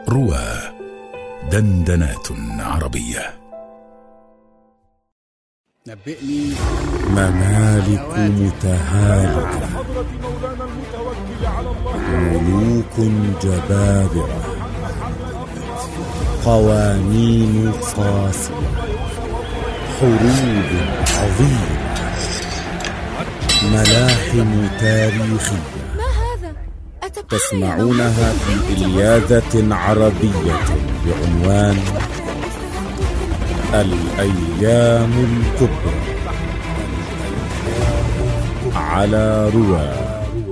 روى دندنات عربية. نبئني. ممالك متهالكة، ملوك جبابرة، قوانين قاسية، حروب عظيمة، ملاحم تاريخية تسمعونها في إلياذة عربية بعنوان الأيام الكبرى على روى.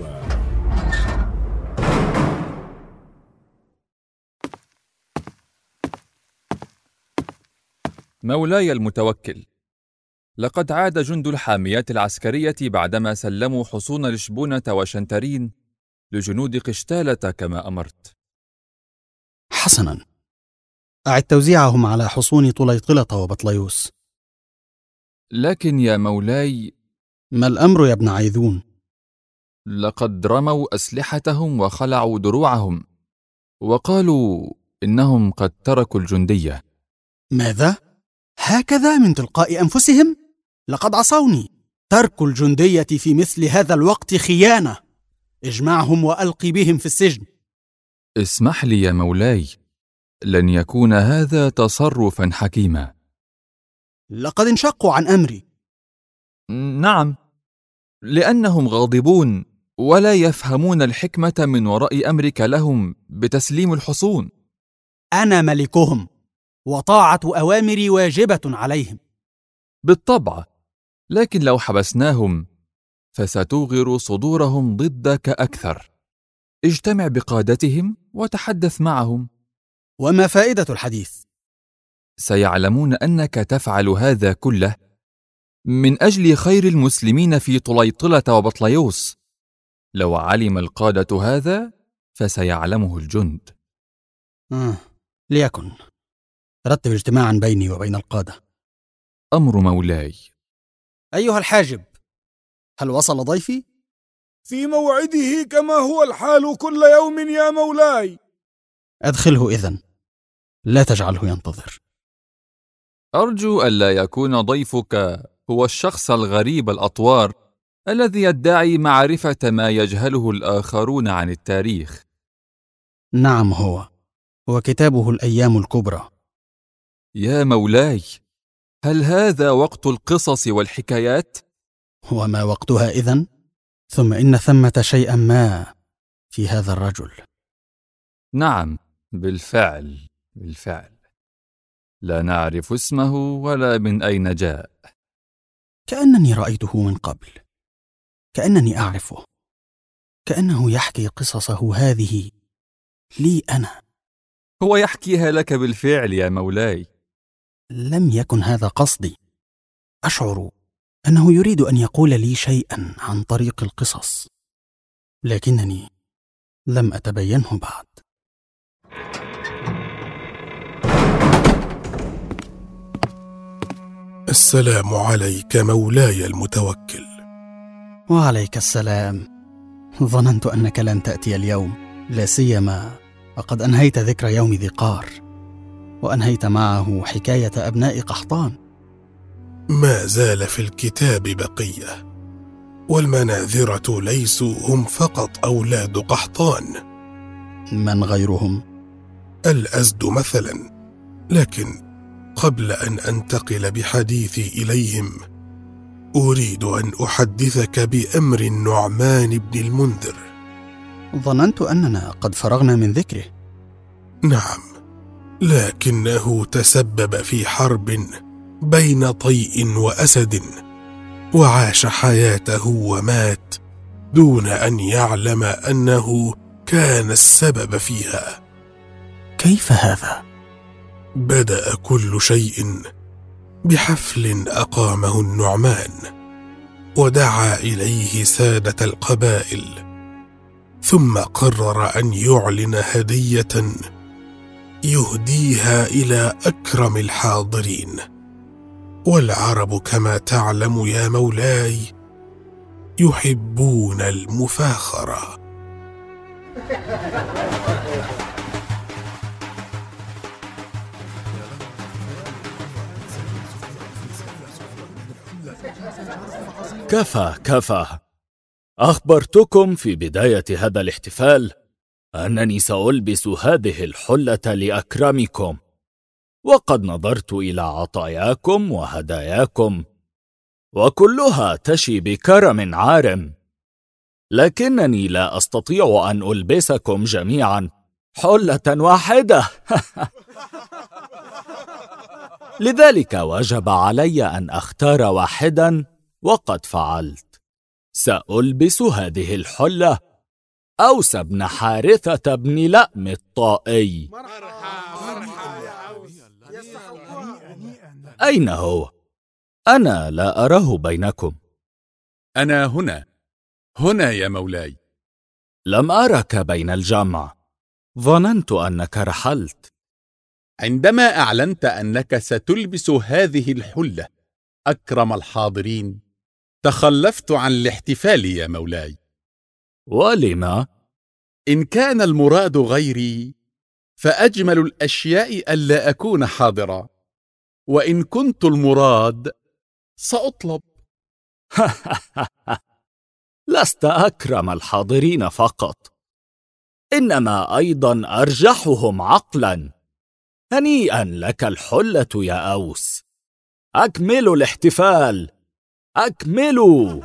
مولاي المتوكل، لقد عاد جند الحاميات العسكرية بعدما سلموا حصون لشبونة وشنترين لجنود قشتالة كما أمرت. حسنا، أعد توزيعهم على حصون طليطلة وبطليوس. لكن يا مولاي... ما الأمر يا ابن عيذون؟ لقد رموا أسلحتهم وخلعوا دروعهم، وقالوا إنهم قد تركوا الجندية. ماذا؟ هكذا من تلقاء أنفسهم؟ لقد عصوني. ترك الجندية في مثل هذا الوقت خيانة. اجمعهم وألقي بهم في السجن. اسمح لي يا مولاي، لن يكون هذا تصرفا حكيما. لقد انشقوا عن أمري. نعم، لأنهم غاضبون ولا يفهمون الحكمة من وراء أمرك لهم بتسليم الحصون. أنا ملكهم، وطاعة أوامري واجبة عليهم. بالطبع، لكن لو حبسناهم فستوغر صدورهم ضدك أكثر. اجتمع بقادتهم وتحدث معهم. وما فائدة الحديث؟ سيعلمون أنك تفعل هذا كله من أجل خير المسلمين في طليطلة وبطليوس. لو علم القادة هذا فسيعلمه الجند. ليكن. رتب اجتماعا بيني وبين القادة. أمر مولاي. أيها الحاجب، هل وصل ضيفي؟ في موعده كما هو الحال كل يوم يا مولاي. أدخله إذن، لا تجعله ينتظر. أرجو ألا يكون ضيفك هو الشخص الغريب الأطوار الذي يدعي معرفة ما يجهله الآخرون عن التاريخ. نعم، هو وكتابه الأيام الكبرى. يا مولاي، هل هذا وقت القصص والحكايات؟ وما وقتها إذن؟ ثم إن ثمة شيئا ما في هذا الرجل. نعم، بالفعل. لا نعرف اسمه ولا من أين جاء. كأنني رأيته من قبل، كأنني أعرفه، كأنه يحكي قصصه هذه لي أنا. هو يحكيها لك بالفعل يا مولاي. لم يكن هذا قصدي. أشعر أنه يريد أن يقول لي شيئا عن طريق القصص، لكنني لم أتبينه بعد. السلام عليك مولاي المتوكل. وعليك السلام. ظننت أنك لن تأتي اليوم، لا سيما وقد أنهيت ذكر يوم ذي قار، وأنهيت معه حكاية أبناء قحطان. ما زال في الكتاب بقية، والمناذرة ليسوا هم فقط أولاد قحطان. من غيرهم؟ الأزد مثلا. لكن قبل أن أنتقل بحديثي إليهم، أريد أن أحدثك بأمر النعمان بن المنذر. ظننت أننا قد فرغنا من ذكره. نعم، لكنه تسبب في حرب بين طيء وأسد، وعاش حياته ومات دون أن يعلم أنه كان السبب فيها. كيف هذا؟ بدأ كل شيء بحفل أقامه النعمان، ودعا إليه سادة القبائل، ثم قرر أن يعلن هدية يهديها إلى أكرم الحاضرين. والعرب كما تعلم يا مولاي يحبون المفاخرة. كفى. أخبرتكم في بداية هذا الاحتفال أنني سألبس هذه الحلة لأكرمكم، وقد نظرت إلى عطاياكم وهداياكم وكلها تشي بكرم عارم، لكنني لا أستطيع أن ألبسكم جميعا حلة واحدة. لذلك وجب علي أن أختار واحدا، وقد فعلت. سألبس هذه الحلة أوس بن حارثة بن لأم الطائي. أين هو؟ أنا لا أراه بينكم. أنا هنا يا مولاي. لم أرك بين الجمع، ظننت أنك رحلت. عندما أعلنت أنك ستلبس هذه الحلة أكرم الحاضرين، تخلفت عن الاحتفال يا مولاي. ولما؟ إن كان المراد غيري فأجمل الأشياء ألا أكون حاضرا، وإن كنت المراد سأطلب. لست أكرم الحاضرين فقط، إنما أيضا أرجحهم عقلا. هنيئا لك الحلة يا أوس. أكملوا الاحتفال، أكملوا.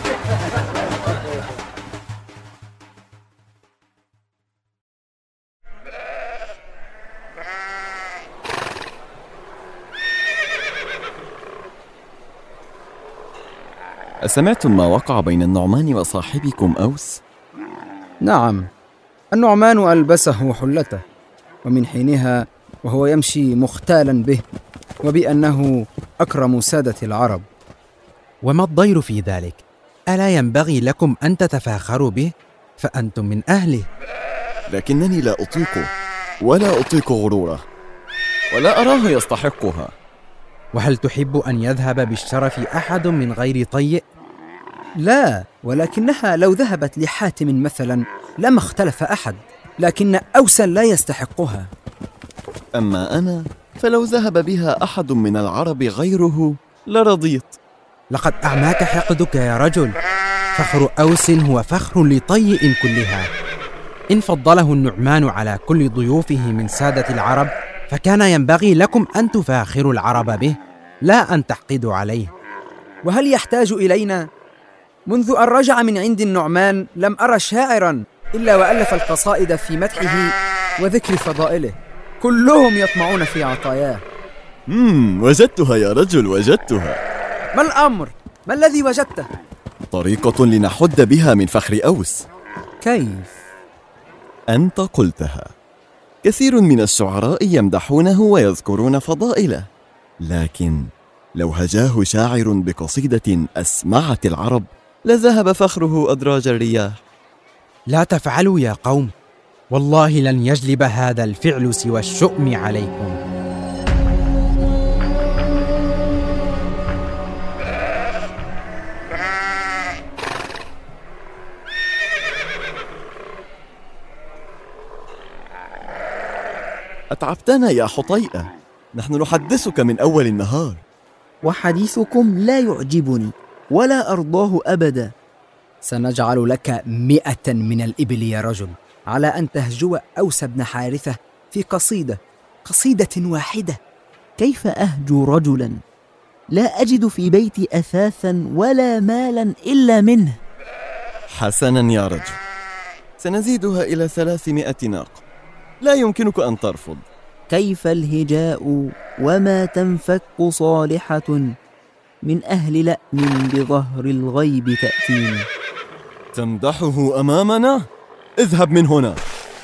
أسمعتم ما وقع بين النعمان وصاحبكم أوس؟ نعم، النعمان ألبسه حلته، ومن حينها وهو يمشي مختالا به، وبأنه أكرم سادة العرب. وما الضير في ذلك؟ ألا ينبغي لكم أن تتفاخروا به؟ فأنتم من أهله. لكنني لا أطيقه، ولا أطيق غروره، ولا أراه يستحقها. وهل تحب أن يذهب بالشرف أحد من غير طيء؟ لا، ولكنها لو ذهبت لحاتم مثلا لما اختلف أحد، لكن أوسا لا يستحقها. أما أنا فلو ذهب بها أحد من العرب غيره لرضيت. لقد أعماك حقدك يا رجل. فخر أوس هو فخر لطيء كلها. إن فضله النعمان على كل ضيوفه من سادة العرب، فكان ينبغي لكم أن تفاخروا العرب به، لا أن تحقدوا عليه. وهل يحتاج إلينا؟ منذ أن رجع من عند النعمان لم أرى شاعرا إلا وألف القصائد في مدحه وذكر فضائله، كلهم يطمعون في عطاياه. وجدتها يا رجل، وجدتها. ما الأمر؟ ما الذي وجدته؟ طريقة لنحد بها من فخر أوس. كيف؟ أنت قلتها. كثير من الشعراء يمدحونه ويذكرون فضائله، لكن لو هجاه شاعر بقصيدة أسمعت العرب لذهب فخره أدراج الرياح. لا تفعلوا يا قوم، والله لن يجلب هذا الفعل سوى الشؤم عليكم. أتعبتنا يا حطيئة، نحن نحدثك من أول النهار. وحديثكم لا يعجبني ولا أرضاه أبدا. سنجعل لك 100 من الإبل يا رجل، على أن تهجو أوس بن حارثة في قصيدة واحدة. كيف أهجو رجلا لا أجد في بيتي أثاثا ولا مالا إلا منه؟ حسنا يا رجل، سنزيدها إلى 300 ناقة، لا يمكنك أن ترفض. كيف الهجاء وما تنفك صالحة من أهل لأم بظهر الغيب تأتيني. تمدحه أمامنا؟ اذهب من هنا.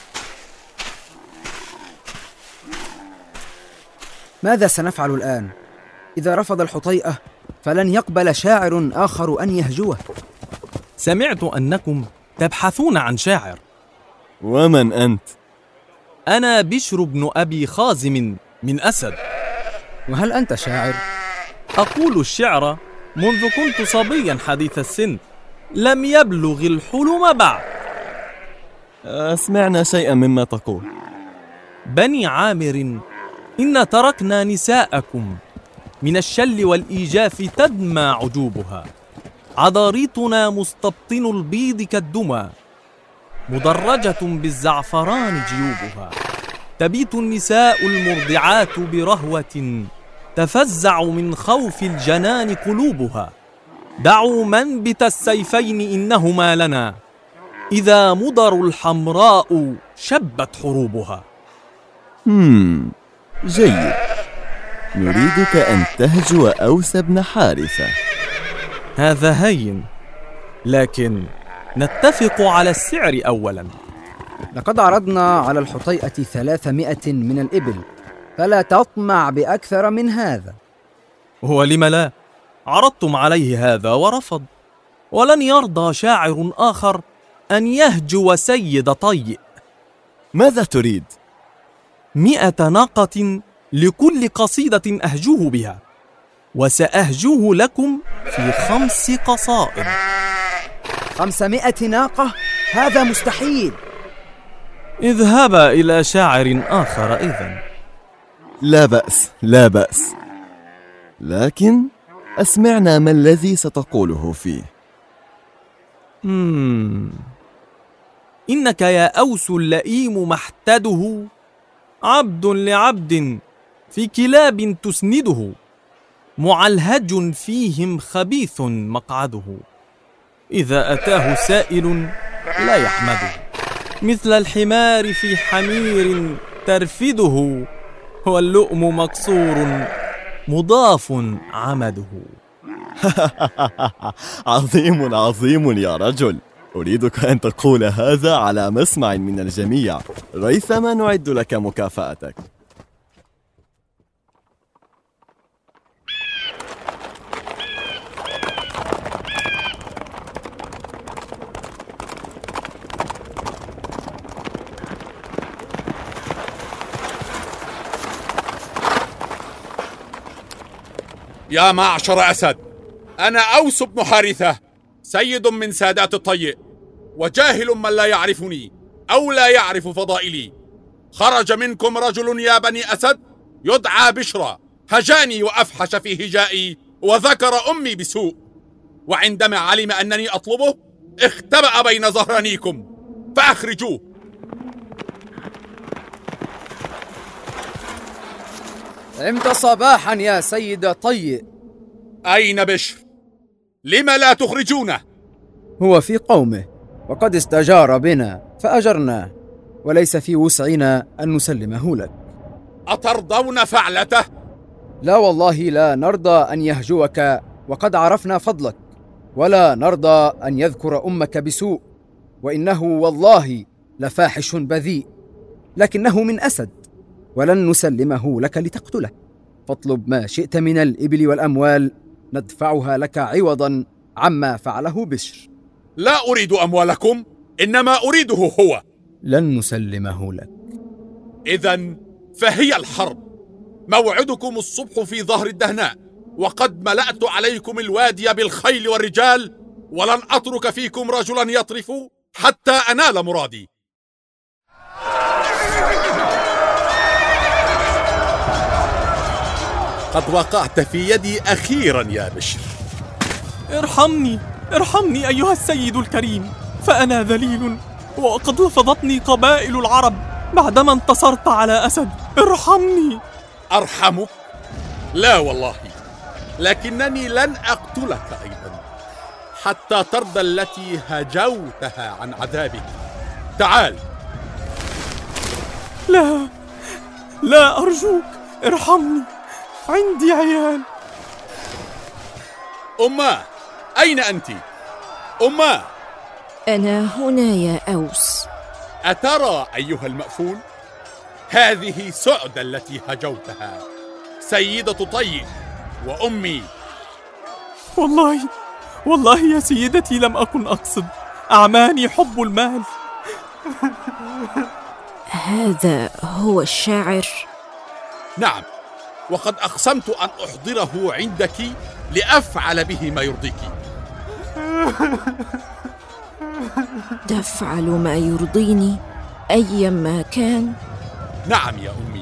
ماذا سنفعل الآن؟ إذا رفض الحطيئة فلن يقبل شاعر آخر أن يهجوه. سمعت أنكم تبحثون عن شاعر. ومن أنت؟ أنا بشر بن أبي خازم من أسد. وهل أنت شاعر؟ أقول الشعر منذ كنت صبيا حديث السن، لم يبلغ الحلم بعد. أسمعنا شيئا مما تقول. بني عامر، إن تركنا نساءكم من الشل والإيجاف تدمى عجوبها، عضاريتنا مستبطن البيض كالدمى، مدرجة بالزعفران جيوبها. تبيت النساء المرضعات برهوة، تفزع من خوف الجنان قلوبها. دعوا منبت السيفين إنهما لنا، إذا مضر الحمراء شبت حروبها. جيد، نريدك أن تهجو أوس بن حارثة. هذا هين، لكن نتفق على السعر أولاً. لقد عرضنا على الحطيئة 300 من الإبل، فلا تطمع بأكثر من هذا. ولم لا؟ عرضتم عليه هذا ورفض، ولن يرضى شاعر آخر أن يهجو سيد طيء. ماذا تريد؟ 100 ناقة لكل قصيدة أهجوه بها، وسأهجوه لكم في 5 قصائد. 500 ناقة؟ هذا مستحيل. اذهبا إلى شاعر آخر إذن. لا بأس لا بأس، لكن أسمعنا ما الذي ستقوله فيه. إنك يا أوس اللئيم محتده، عبد لعبد في كلاب تسنده، معلهج فيهم خبيث مقعده، إذا أتاه سائل لا يحمده، مثل الحمار في حمير ترفده، واللؤم مكسور مضاف عمده. عظيم عظيم يا رجل، أريدك أن تقول هذا على مسمع من الجميع، ريثما نعد لك مكافأتك. يا معشر أسد، أنا أوس بن حارثة، سيد من سادات الطيء، وجاهل من لا يعرفني أو لا يعرف فضائلي. خرج منكم رجل يا بني أسد يدعى بشرى، هجاني وأفحش في هجائي وذكر أمي بسوء، وعندما علم أنني أطلبه اختبأ بين ظهرانيكم، فأخرجوه. عمت صباحا يا سيد طيء. أين بشر؟ لم لا تخرجونه؟ هو في قومه، وقد استجار بنا فأجرناه، وليس في وسعنا أن نسلمه لك. أترضون فعلته؟ لا والله، لا نرضى أن يهجوك وقد عرفنا فضلك، ولا نرضى أن يذكر أمك بسوء، وإنه والله لفاحش بذيء، لكنه من أسد، ولن نسلمه لك لتقتله. فاطلب ما شئت من الإبل والأموال، ندفعها لك عوضا عما فعله بشر. لا أريد أموالكم، إنما أريده هو. لن نسلمه لك. إذن فهي الحرب، موعدكم الصبح في ظهر الدهناء، وقد ملأت عليكم الوادي بالخيل والرجال، ولن أترك فيكم رجلا يطرف حتى أنال مرادي. قد وقعت في يدي أخيرا يا بشر. ارحمني ارحمني أيها السيد الكريم، فأنا ذليل، وقد لفظتني قبائل العرب بعدما انتصرت على أسد. ارحمني. أرحمك؟ لا والله، لكنني لن أقتلك أيضا حتى ترضى التي هجوتها عن عذابك. تعال. لا لا أرجوك ارحمني، عندي عيال. أماه، أين أنت؟ أماه. أنا هنا يا أوس. أترى أيها المأفون؟ هذه سعدة التي هجوتها، سيدة طيء وأمي. والله يا سيدتي لم أكن أقصد، أعماني حب المال. هذا هو الشاعر؟ نعم، وقد أقسمت أن أحضره عندك لأفعل به ما يرضيك. تفعل ما يرضيني أيما كان؟ نعم يا أمي،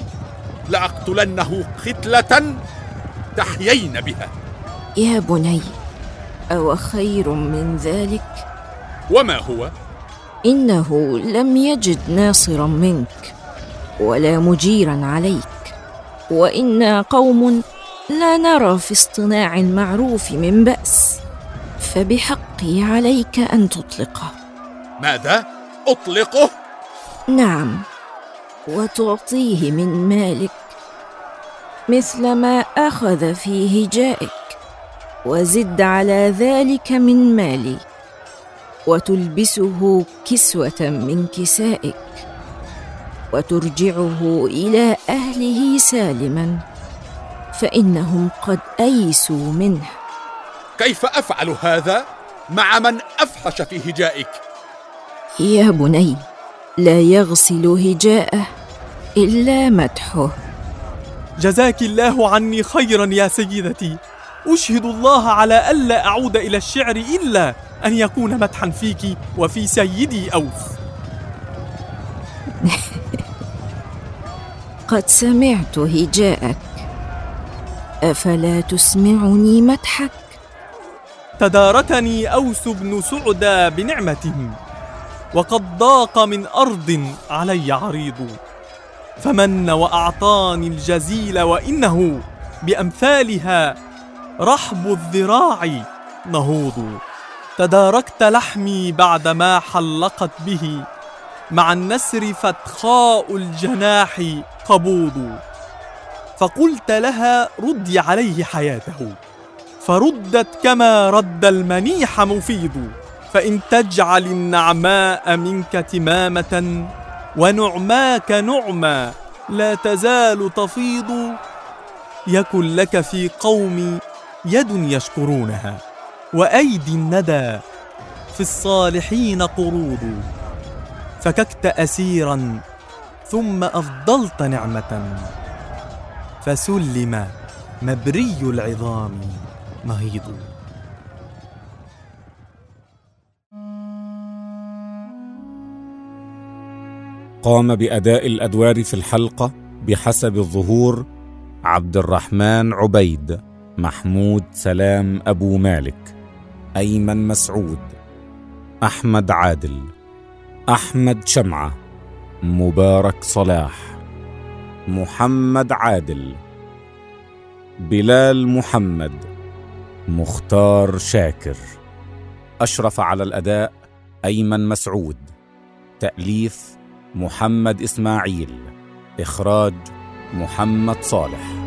لأقتلنه قتلة تحيين بها. يا بني، أو خير من ذلك؟ وما هو؟ إنه لم يجد ناصرا منك ولا مجيرا عليك، وإنا قوم لا نرى في اصطناع المعروف من بأس، فبحقي عليك أن تطلقه. ماذا؟ أطلقه؟ نعم، وتعطيه من مالك مثل ما أخذ في هجائك، وزد على ذلك من مالي، وتلبسه كسوة من كسائك، وترجعه إلى أهله سالما، فإنهم قد أيسوا منه. كيف أفعل هذا مع من أفحش في هجائك؟ يا بني، لا يغسل هجاءه إلا مدحه. جزاك الله عني خيرا يا سيدتي، أشهد الله على ألا أعود إلى الشعر إلا أن يكون مدحا فيك وفي سيدي أوس. قد سمعت هجاءك، أفلا تسمعني مدحك؟ تداركني أوس بن سعدى بنعمته، وقد ضاق من أرض علي عريض، فمن وأعطاني الجزيل، وإنه بأمثالها رحب الذراع نهوض. تداركت لحمي بعدما حلقت به، مع النسر فتخاء الجناح قبوض، فقلت لها ردي عليه حياته، فردت كما رد المنيح مفيض. فإن تجعل النعماء منك تمامة، ونعماك نعمى لا تزال تفيض، يكن لك في قوم يد يشكرونها، وأيدي الندى في الصالحين قروض. فككت أسيرا ثم أفضلت نعمة، فسلم مبري العظام نهيض. قام بأداء الأدوار في الحلقة بحسب الظهور: عبد الرحمن عبيد، محمود سلام أبو مالك، أيمن مسعود، أحمد عادل، أحمد شمعة، مبارك صلاح، محمد عادل، بلال محمد، مختار شاكر. أشرف على الأداء أيمن مسعود. تأليف محمد إسماعيل. إخراج محمد صالح.